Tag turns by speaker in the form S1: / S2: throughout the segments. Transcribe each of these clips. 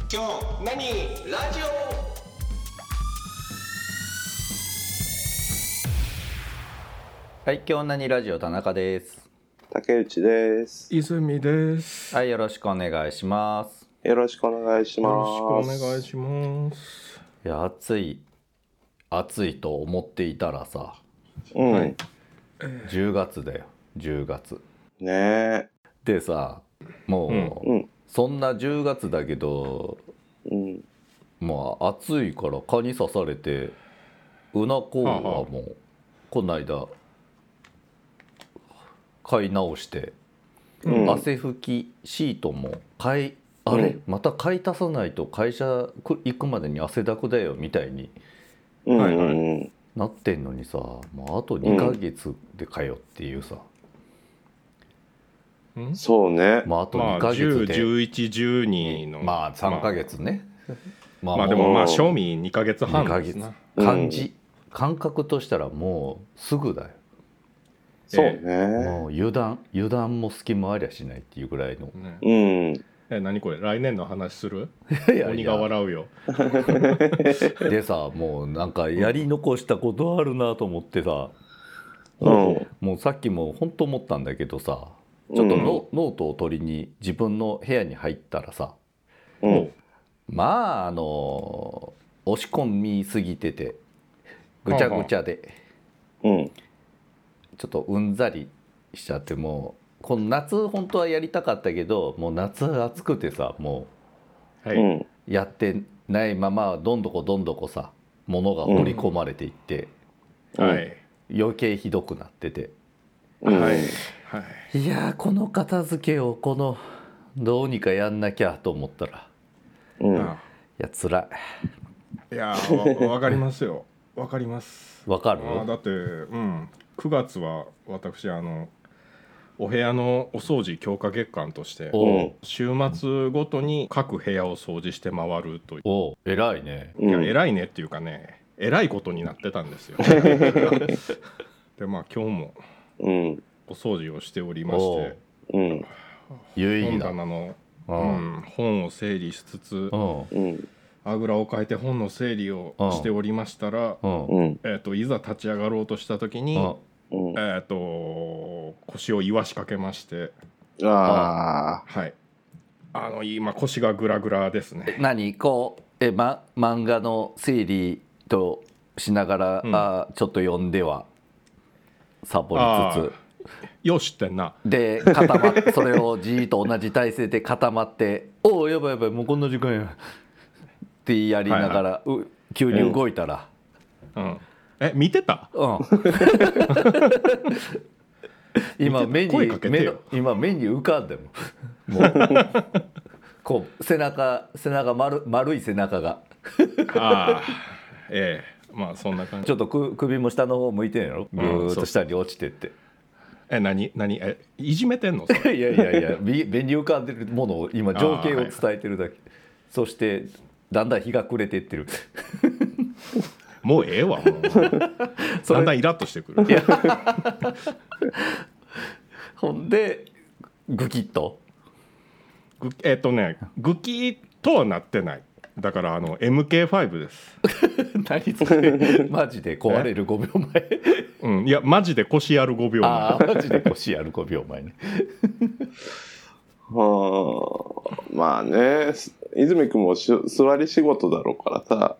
S1: 今日何ラジオ。
S2: はい、今日何ラジオ田中です。
S3: 竹内です。
S4: 泉です。
S2: はい、よろしくお願いします。
S3: よろしくお願いします。
S4: よろしくお願いします。
S2: いや、暑いと思っていたらさ、
S3: はい、
S2: 10月だよ、10月。
S3: ねえ。
S2: でさ、もう、そんな10月だけど、まあ暑いから蚊に刺されて、うなこはもう、この間買い直して、汗拭きシートもまた買い足さないと会社行くまでに汗だくだよみたいになってんのにさ、もうあと2ヶ月でかよっていうさ、
S3: そうね。
S2: まああと2ヶ月で、
S4: 10、11、12の
S2: まあ3ヶ月ね、
S4: まあでもまあ賞味2ヶ月半ですな。
S2: 感覚としたらもうすぐだよ。
S3: そうね。
S2: もう油断も隙もありゃしないっていうぐらいの、
S4: 何これ、来年の話する？鬼が笑うよ。
S2: でさ、もうなんかやり残したことあるなと思ってさ、もうさっきも本当思ったんだけどさ、ちょっとノートを取りに自分の部屋に入ったらさ、まあ押し込みすぎててぐちゃぐちゃで、ちょっとうんざりしちゃって、もうこの夏本当はやりたかったけど、もう夏暑くてさ、もうやってないままどんどこさ物が放り込まれていって、余計ひどくなってて、いやー、この片付けをどうにかやんなきゃと思ったら、いや辛い。
S4: いやわかりますよ。わかります。
S2: わかる？
S4: だって9月は私お部屋のお掃除強化月間として週末ごとに各部屋を掃除して回るという。
S2: 偉いね。
S4: いや偉いねっていうかね、偉いことになってたんですよ。でまあ今日もお掃除をしておりまして、本棚の本を整理しつつ、あぐらをかいて本の整理をしておりましたら、いざ立ち上がろうとした時に、腰をいわしかけまして、今腰がグラグラですね。
S2: 何漫画の整理としながら、ちょっと読んではサボりつつ、
S4: よう知ってんな。
S2: でそれをじーっと同じ体勢で固まって「おおやばいやばい、もうこんな時間や」ってやりながら、急に動いたら、
S4: 見てた？
S2: 今目に浮かんでもうこう背中丸い背中が
S4: まあそんな感じ。
S2: ちょっと首も下の方向いてんやろ、ぐーっと下に落ちてって。
S4: 何いじめてんの？
S2: いや目に浮かんでるものを今情景を伝えてるだけ。そしてだんだん日が暮れてってる。
S4: もうええわ、もうだんだんイラッとしてくる。
S2: ほんでグキッと
S4: グキッとはなってない。だからMK5 です。
S2: 何それ？マジで壊れる5秒前。
S4: いやマジで腰やる5秒前。
S2: マジで腰やる5秒前ね。
S3: まあね、泉君も座り仕事だろうからさ、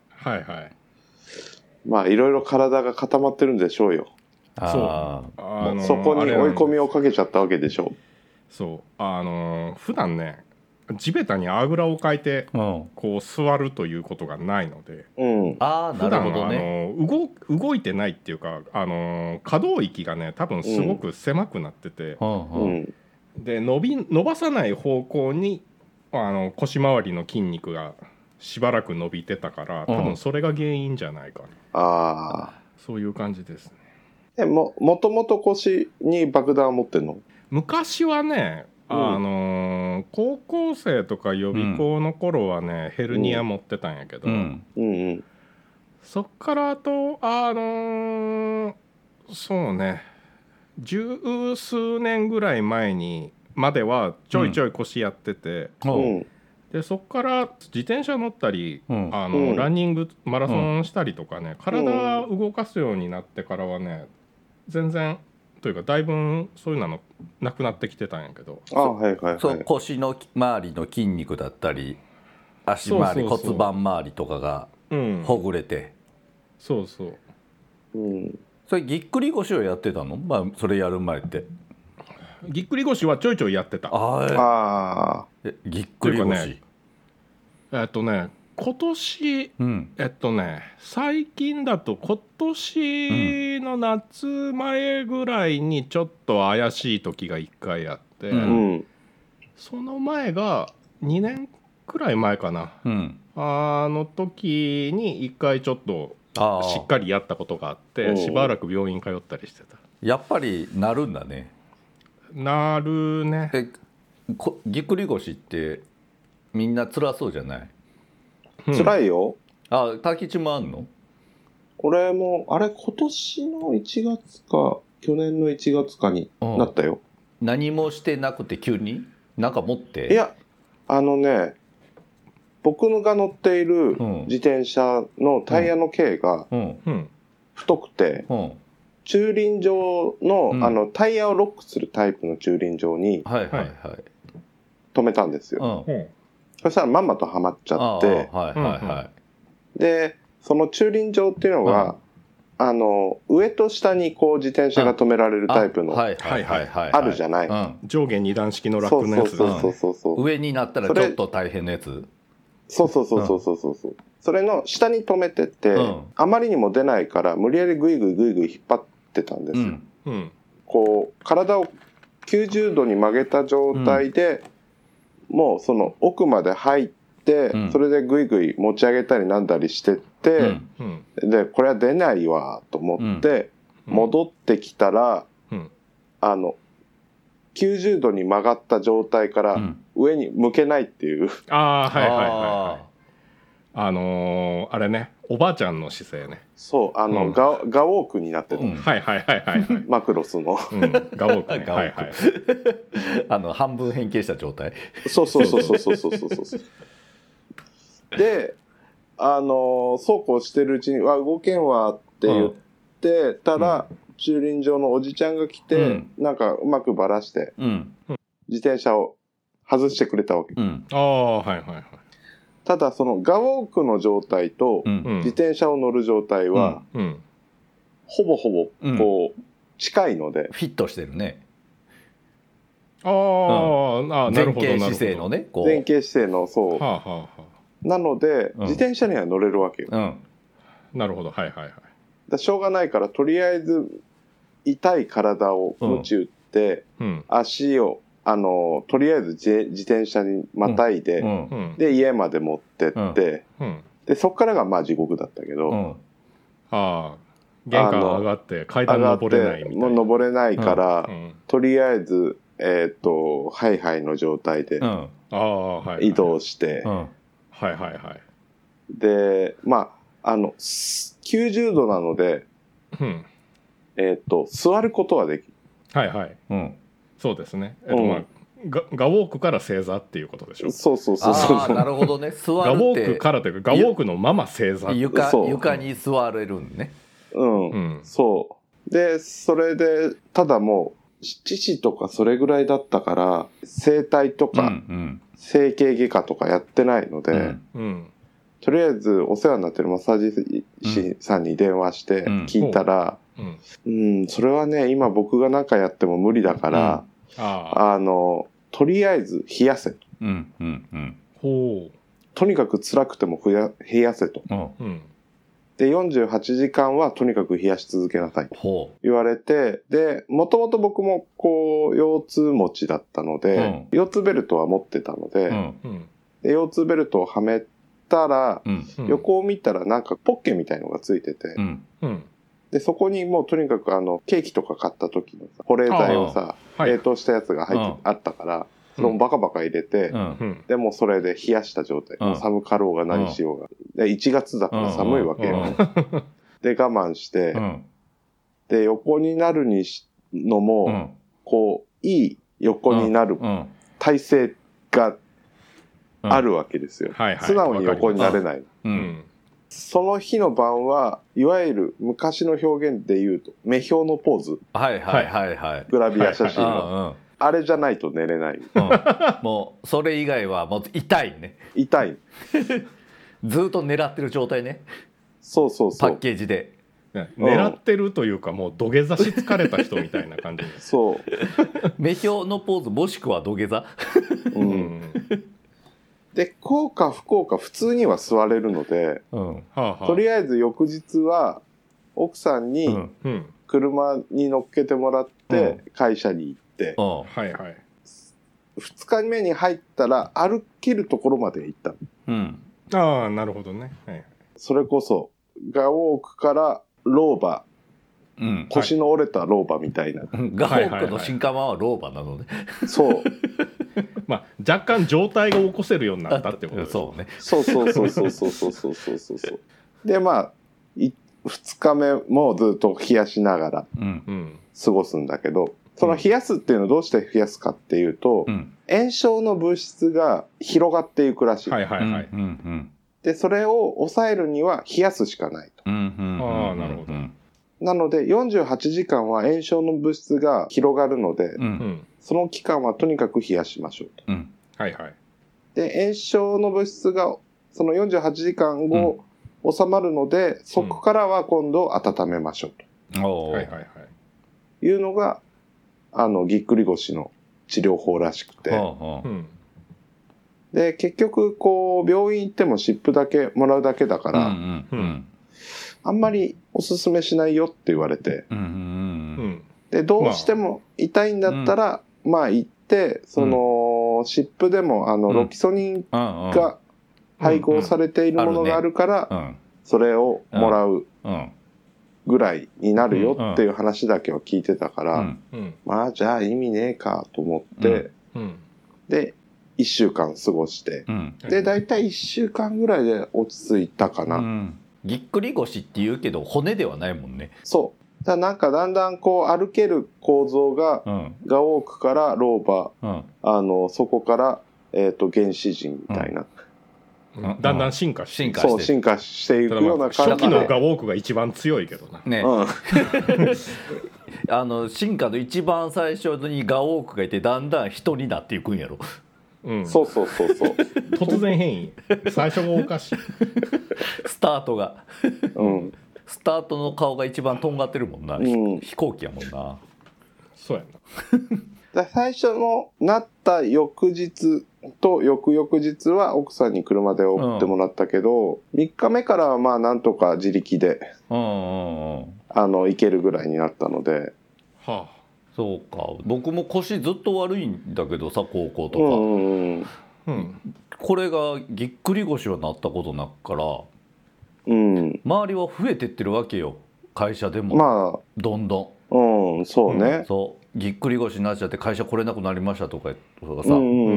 S3: まあいろいろ体が固まってるんでしょうよ。そこに追い込みをかけちゃったわけでしょう。
S4: 普段ね、地べたにあぐらをかいてこう座るということがないので、普段動いてないっていうか、可動域がね多分すごく狭くなってて、で伸ばさない方向に腰回りの筋肉がしばらく伸びてたから、多分それが原因じゃないかな。そういう感じですね。
S3: もともと腰に爆弾を持ってんの？
S4: 昔はね、高校生とか予備校の頃はね、ヘルニア持ってたんやけど、そっからあとそうね、十数年ぐらい前にまではちょいちょい腰やってて、 でそこから自転車乗ったり、ランニングマラソンしたりとかね、体を動かすようになってからはね全然というかだいぶそういうのなくなってきてたんやけど、
S2: そう腰の周りの筋肉だったり足周り骨盤周りとかがほぐれて、
S4: そうそう、
S2: それぎっくり腰をやってたの？まあそれやる前って
S4: ぎっくり腰はちょいちょいやってた。
S2: ぎっくり腰、
S4: 今年、最近だと今年の夏前ぐらいにちょっと怪しい時が1回あって、その前が2年くらい前かな、あの時に1回ちょっとしっかりやったことがあってしばらく病院通ったりしてた。
S2: やっぱりなるんだね。
S4: なるね。
S2: ぎっくり腰ってみんな辛そうじゃない？
S3: 辛いよ。
S2: 滝地もあんの？
S3: 俺もあれ今年の1月か去年の1月かになったよ。
S2: 何もしてなくて急になんか持って？
S3: いや僕が乗っている自転車のタイヤの径が太くて、駐輪場の、タイヤをロックするタイプの駐輪場に止めたんですよ。そしたらまんまとはまっちゃって、でその駐輪場っていうのが、上と下にこう自転車が止められるタイプのあるじゃない。
S4: 上下2段式のラックのやつ。
S2: 上になったらちょっと大変なやつ。
S3: そう。それの下に止めてて、あまりにも出ないから無理やりグイグイ引っ張ってたんですよ。こう体を90度に曲げた状態で、もうその奥まで入って、それでグイグイ持ち上げたりなんだりしてって、でこれは出ないわと思って、戻ってきたら、90度に曲がった状態から上に向けないっていう、
S4: あれね、おばあちゃんの姿勢ね。
S3: そうガオークになってる、マクロスの、
S4: ガオークね、
S2: 半分変形した状態。
S3: そうでそうこうしてるうちに動けんわって言ってたら、駐輪場のおじちゃんが来て、なんかうまくばらして、自転車を外してくれたわけ。ただそのガオークの状態と自転車を乗る状態は、ほぼこう近いので、
S2: フィットしてるね。
S4: なるほど。
S2: 前傾姿勢のね、
S3: 前傾姿勢の、そうなので自転車には乗れるわけよ。
S4: なるほど。
S3: だしょうがないから、とりあえず痛い体を鞭打って、足をとりあえず自転車にまたいで、で家まで持ってって、でそっからがまあ地獄だったけど、
S4: 玄関上がって階段登れないみたいな。
S3: もう登れないから、とりあえずハイハイの状態で移動して、でまあ90度なので、座ることはできる。
S4: そうですね。ガウォークから正座っていうことでしょ。
S3: そう。
S2: なるほどね。座るって
S4: ガウォークからというか、ガウォークのまま正座。
S2: 床に座れるんね。
S3: そう。でそれでただもう7時とかそれぐらいだったから、整体とか整形外科とかやってないので、とりあえずお世話になってるマッサージ師さんに電話して聞いたら、それはね今僕が何かやっても無理だから、とりあえず冷やせと、とにかく辛くても冷やせと、で48時間はとにかく冷やし続けなさいと言われて、でもともと僕もこう腰痛持ちだったので、腰痛ベルトは持ってたので、で腰痛ベルトをはめたら、横を見たらなんかポッケみたいのがついてて、でそこにもうとにかくケーキとか買った時の保冷剤をさ、冷凍したやつがあったから、それもバカバカ入れて、でもそれで冷やした状態、もう寒かろうが何しようが、で1月だから寒いわけよ、で我慢して、で横になるのも、こういい横になる体勢があるわけですよ。素直に横になれない。その日の晩はいわゆる昔の表現で言うと目標のポーズ、グラビア写真のあれじゃないと寝れない、
S2: もうそれ以外はもう痛いね。
S3: 痛い
S2: ずっと狙ってる状態ね。
S3: そうパ
S2: ッケージで
S4: 狙ってるというかもう土下座し疲れた人みたいな感じ
S3: そう
S2: 目標のポーズもしくは土下座
S3: で幸か不幸か普通には座れるので、とりあえず翌日は奥さんに車に乗っけてもらって会社に行って、2日目に入ったら歩けるところまで行った、
S4: ああなるほどね、
S3: それこそガオークから老婆、腰の折れた老婆みたいな、
S2: ガオークの新カマは老婆なのね
S3: そう
S4: まあ若干状態が起こせるようになったってことです。
S2: そうね。
S3: そうでまあ2日目もずっと冷やしながら過ごすんだけど、その冷やすっていうのはどうして冷やすかっていうと、炎症の物質が広がっていくらしい。でそれを抑えるには冷やすしかないと。
S4: なるほど。
S3: なので48時間は炎症の物質が広がるので、その期間はとにかく冷やしましょうと。で炎症の物質がその48時間後、収まるのでそこからは今度温めましょうと、いうのがぎっくり腰の治療法らしくて、で結局こう病院行っても湿布だけもらうだけだから、あんまりおすすめしないよって言われて、でどうしても痛いんだったら、まあ行ってその湿布でもロキソニンが配合されているものがあるから、それをもらうぐらいになるよっていう話だけは聞いてたから、まあじゃあ意味ねえかと思って、で1週間過ごして、で大体1週間ぐらいで落ち着いたかな。
S2: ぎっくり腰って言うけど骨ではないもんね。
S3: そうだなんかだんだんこう歩ける構造が、ガオークから老婆、そこから原始人みたいな、
S4: だんだん進化して
S3: そう進化していくような感じで、
S4: 初期のガオークが一番強いけどな
S2: ね、進化の一番最初にガオークがいてだんだん人になっていくんやろ。
S3: そう
S4: 突然変異最初がおかしい
S2: スタートが、スタートの顔が一番とんがってるもんな、飛行機やもんな。
S4: そうや
S3: な最初のなった翌日と翌々日は奥さんに車で送ってもらったけど、3日目からはまあなんとか自力で行けるぐらいになったので、
S2: そうか。僕も腰ずっと悪いんだけどさ、高校とか、これがぎっくり腰はなったことなっから、周りは増えてってるわけよ、会社でも、まあ、どんど
S3: ん。そうね、
S2: そうぎっくり腰になっちゃって会社来れなくなりましたとかさ、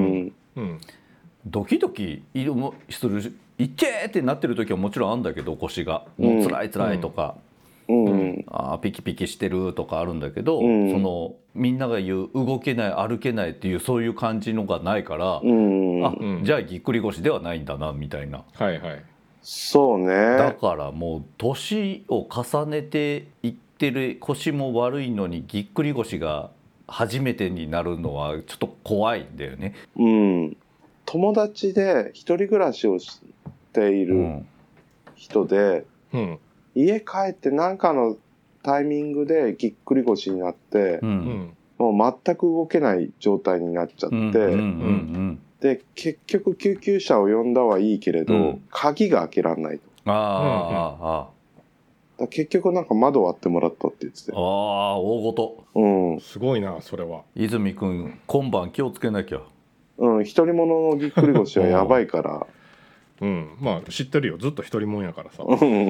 S2: ドキドキするし、いっけーってなってる時はもちろんあるんだけど、腰がもう辛い辛いとか、ピキピキしてるとかあるんだけど、そのみんなが言う動けない歩けないっていうそういう感じのがないから、じゃあぎっくり腰ではないんだなみたいな。
S3: そうね。
S2: だからもう年を重ねていってる、腰も悪いのにぎっくり腰が初めてになるのはちょっと怖いんだよね。
S3: 友達で一人暮らしをしている人で、家帰って何かのタイミングでぎっくり腰になって、もう全く動けない状態になっちゃって、で結局救急車を呼んだはいいけれど、鍵が開けられないと。結局なんか窓割ってもらったって言ってて、
S2: 大ごと、
S4: すごいなそれは。
S2: 泉くん今晩気をつけなきゃ。
S3: 独り者のぎっくり腰はやばいから
S4: まあ知ってるよ、ずっと一人もんやからさ。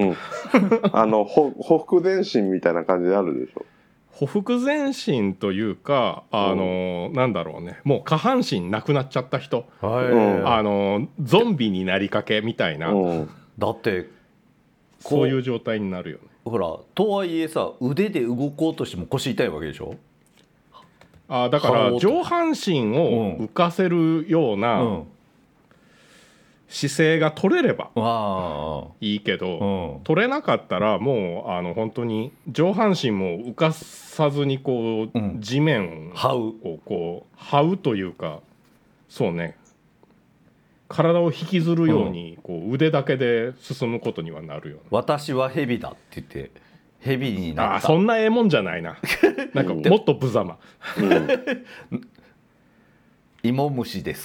S3: ほふ前進みたいな感じであるでしょ。
S4: ほふ前進というか、なんだろうね、もう下半身なくなっちゃった人、ゾンビになりかけみたいな、
S2: だって
S4: そういう状態になるよね。
S2: ほらとはいえさ、腕で動こうとしても腰痛いわけでしょ。
S4: だから上半身を浮かせるような姿勢が取れればいいけど、取れなかったらもう本当に上半身も浮かさずにこう、地面をこう這うというか、そうね、体を引きずるようにこう腕だけで進むことにはなるよね。
S2: 私は蛇だって言って蛇になった。
S4: そんなええもんじゃないな。なんかもっと無様。
S2: 芋虫です。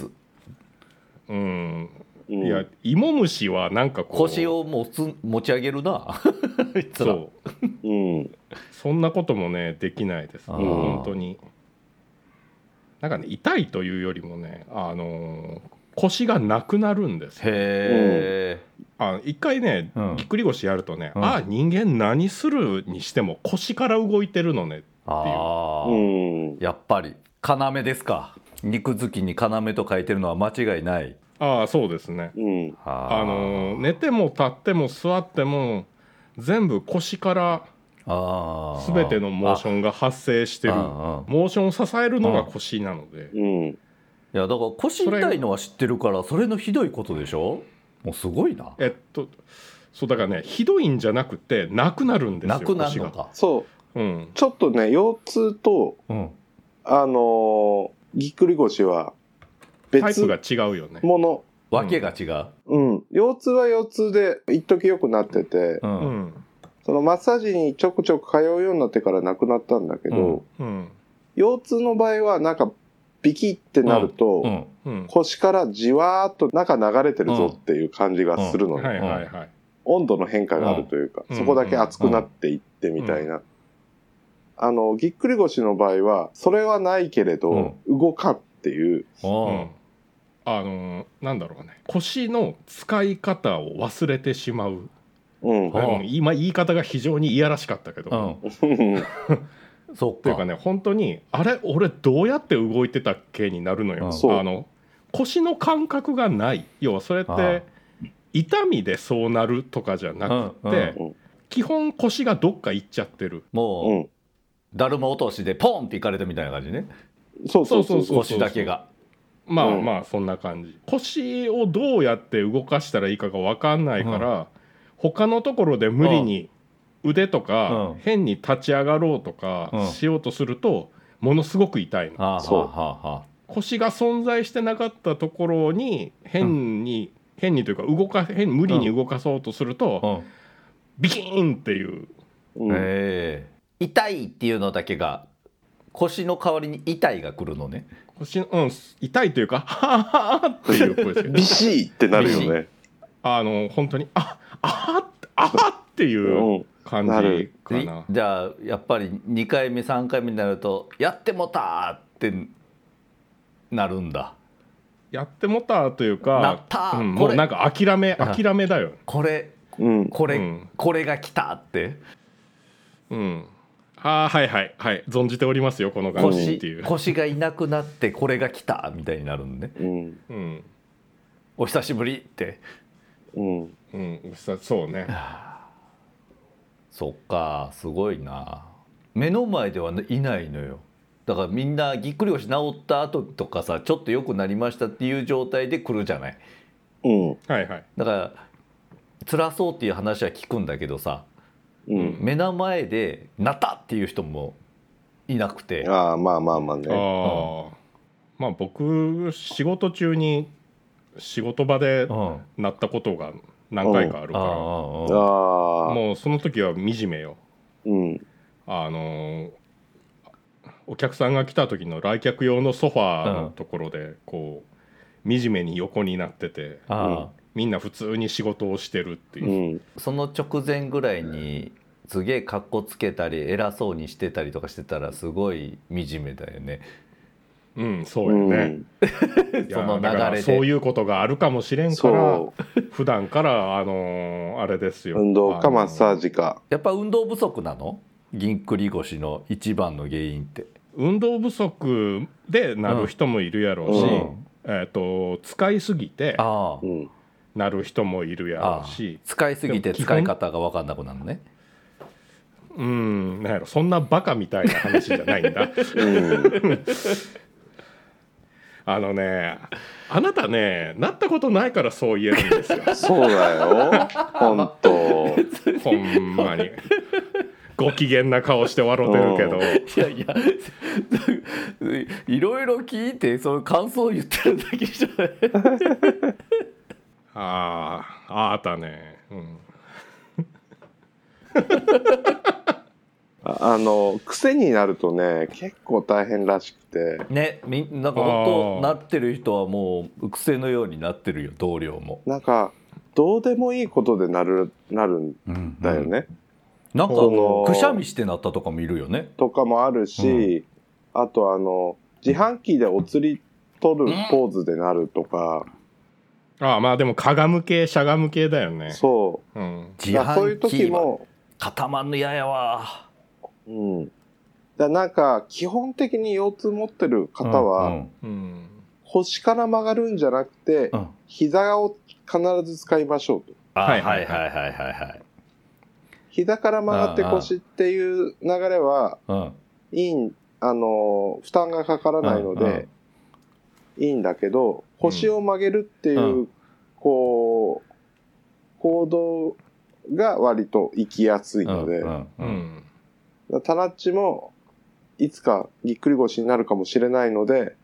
S4: いや、芋虫はなんかこう
S2: 腰を持ち上げるな。
S4: そう、そんなこともねできないです。本当になんかね、痛いというよりもね、腰がなくなるんです。
S2: へ
S4: え。一回ね、ぎっくり腰やるとね、人間何するにしても腰から動いてるのねっていう。
S2: やっぱり要ですか。肉付きに要と書いてるのは間違いない。
S4: そうですね。寝ても立っても座っても全部腰から全てのモーションが発生してる。モーションを支えるのが腰なので。
S2: いや、だから腰痛いのは知ってるから、それのひどいことでしょ。もうすごいな。
S4: そうだからね、ひどいんじゃなくてなくなるんですよ。
S2: なくなるのか。
S3: そう、ちょっとね、腰痛とぎっくり腰は
S4: タイプが違うよね。
S3: もの。
S2: わけが違う。
S3: 腰痛は腰痛で一時良くなってて、そのマッサージにちょくちょく通うようになってからなくなったんだけど、腰痛の場合はなんかビキってなると、腰からじわーっと中流れてるぞっていう感じがするのね。温度の変化があるというか、そこだけ熱くなっていってみたいな。ぎっくり腰の場合はそれはないけれど、動かんっていう。
S4: なんだろうね、腰の使い方を忘れてしまう。今言い方が非常にいやらしかったけど、
S2: そう
S4: というかね、本当にあれ俺どうやって動いてたっけになるのよ。腰の感覚がない。要はそれって痛みでそうなるとかじゃなくて、基本腰がどっか行っちゃってる。
S2: もうだるま落としでポンっていかれたみたいな感じね。
S3: そう
S2: 腰だけが。
S4: まあそんな感じ。腰をどうやって動かしたらいいかが分かんないから、他のところで無理に腕とか変に立ち上がろうとかしようとするとものすごく痛いの。腰が存在してなかったところに変にというか無理に動かそうとするとビキーンっていう。
S2: 痛いっていうのだけが腰の代わりに痛いが来るのね。
S4: 痛いというかはははっていう声ですよ。
S3: ビシーってなるよね。
S4: 本当にっていう感じかな。
S2: じゃあやっぱり2回目3回目になるとやってもたってなるんだ。
S4: やってもたというか、もうなんか諦めだよ。
S2: これが来たって。
S4: はい存じておりますよこの感じっていう。
S2: 腰がいなくなってこれが来たみたいになるんで、お久しぶりって。
S4: そうね。
S2: そっか、すごいな。目の前ではいないのよ。だからみんなぎっくり腰治った後とかさ、ちょっと良くなりましたっていう状態で来るじゃない。だから辛そうっていう話は聞くんだけどさ、目の前でなったっていう人もいなくて。
S3: まあね。
S4: 僕仕事中に仕事場でなったことが何回かあるから、もうその時は惨めよ。お客さんが来た時の来客用のソファーのところでこう惨めに横になってて、みんな普通に仕事をしてるっていう、
S2: その直前ぐらいにすげえカッコつけたり偉そうにしてたりとかしてたらすごい惨めだよね。
S4: そうよね。その流れでそういうことがあるかもしれんから普段からあれですよ、
S3: 運動かマッサージか。
S2: やっぱ運動不足なの？ぎっくり腰の一番の原因って。
S4: 運動不足でなる人もいるやろうし、使いすぎてなる人もいるやろうし、
S2: 使いすぎて使い方が分かんなくなるのね。
S4: なんやろ、そんなバカみたいな話じゃないんだ。 あなたね、なったことないからそう言えるんですよ。
S3: そうだよ、本当。
S4: ほんまに。ご機嫌な顔して笑ってるけど。
S2: いやいろいろ聞いてその感想を言ってるだけじゃない。
S4: あったね。
S3: 癖になるとね結構大変らしくて
S2: ね、なんか本当なってる人はもう癖のようになってるよ、同僚も。なん
S3: かどうでもいいことでなるんだよね、
S2: なんかくしゃみしてなったとかもいるよね
S3: とかもあるし、あと自販機でお釣り取るポーズでなるとか、
S4: まあでもかがむ系しゃがむ系だよね。
S3: そう、
S2: 自販機は
S3: も
S2: 固まんの嫌やわ。
S3: なんか基本的に腰痛持ってる方は、腰から曲がるんじゃなくて、膝を必ず使いましょうと。膝から曲がって腰っていう流れは、負担がかからないので、いいんだけど、腰を曲げるっていう、行動が割と行きやすいので、タナッチもいつかぎっくり腰になるかもしれないので、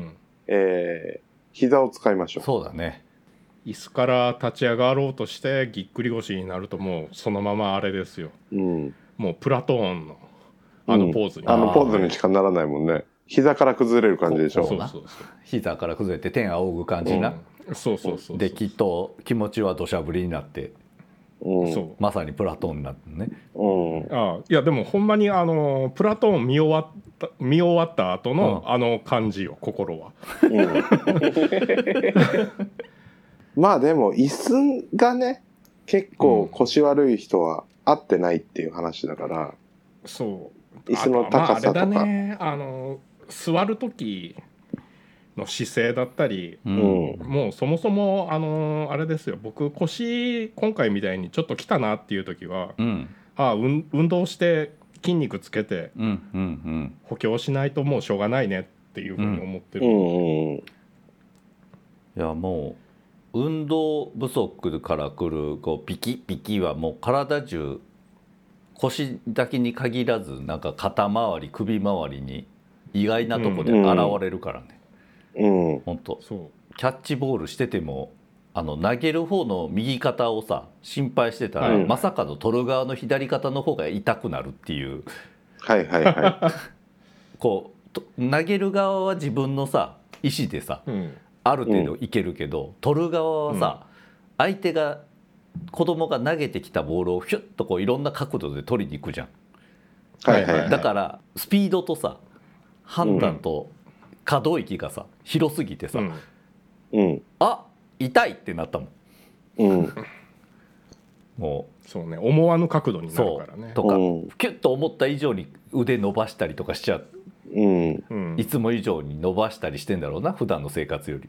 S3: 膝を使いましょう。
S2: そうだね。
S4: 椅子から立ち上がろうとしてぎっくり腰になるともうそのままあれですよ。もうプラトーンのポーズに、
S3: ポーズにしかならないもんね。膝から崩れる感じでしょ。
S2: 膝から崩れて天仰ぐ感じな。
S4: そう
S2: できっと気持ちは土砂降りになって。まさにプラトーンになってね。
S4: いやでもほんまにプラトーン見終わった後の感じよ、心は。
S3: まあでも椅子がね結構腰悪い人は合ってないっていう話だから、
S4: そう
S3: 椅子の高さとか、
S4: あれだね、座る時の姿勢だったり、もうそもそもあれですよ、僕腰今回みたいにちょっと来たなっていう時は、運動して筋肉つけて補強しないともうしょうがないねっていうふうに思ってる。
S2: いやもう運動不足からくるピキピキはもう体中、腰だけに限らずなんか肩周り首周りに意外なとこで現れるからね。本当キャッチボールしてても投げる方の右肩をさ心配してたら、まさかの取る側の左肩の方が痛くなるっていう。こう投げる側は自分のさ意思でさ、ある程度いけるけど、取る側はさ、相手が子供が投げてきたボールをヒュッとこういろんな角度で取りに行くじゃん。だからスピードとさ判断と可動域がさ広すぎてさ、あ痛いってなったもん。もう
S4: そうね、思わぬ角度になるからね。
S2: とかキュッと思った以上に腕伸ばしたりとかしちゃう。いつも以上に伸ばしたりしてんだろうな、普段の生活より。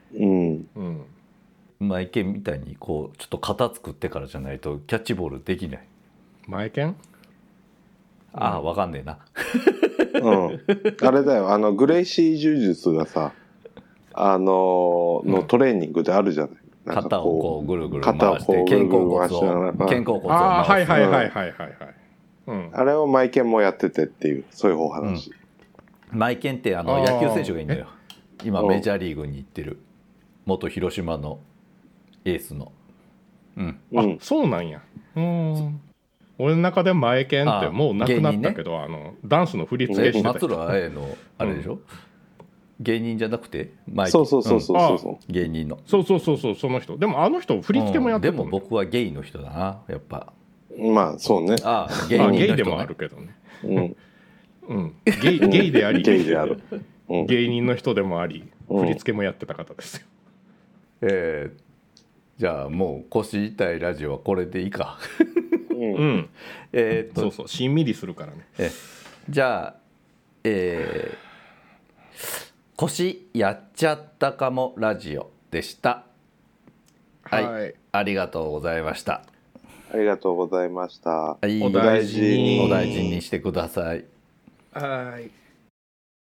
S2: マイケンみたいにこうちょっと型作ってからじゃないとキャッチボールできない。
S4: マイケン？
S2: わかんねえな。
S3: あれだよ、グレイシー柔術がさのトレーニングであるじゃない。
S2: 肩をこうぐるぐる回して肩甲骨を回す。
S3: あれをマイケンもやっててっていう、そういうお話。
S2: マイケンって野球選手がいいんだよ。今メジャーリーグに行ってる元広島のエースの。
S4: そうなんや。俺の中でマイケンってもうなくなったけど、ダンスの振り付けしてた
S2: 松浦綾のあれでしょ、芸人じゃなくて
S3: マイケン。そう
S2: 芸人の。
S4: そうその人。でもあの人振り付けもやってた。
S2: でも僕はゲイの人だなやっぱ。
S3: まあそうね。
S4: ゲイでもあるけどね。ゲイであり芸人の人でもあり振り付けもやってた方ですよ。
S2: じゃあもう腰痛いラジオはこれでいいか。
S4: そうしんみりするからね。
S2: じゃあ腰やっちゃったかもラジオでした。はい、ありがとうございました。
S3: ありがとうございました。
S2: お大事にしてください。
S4: はい。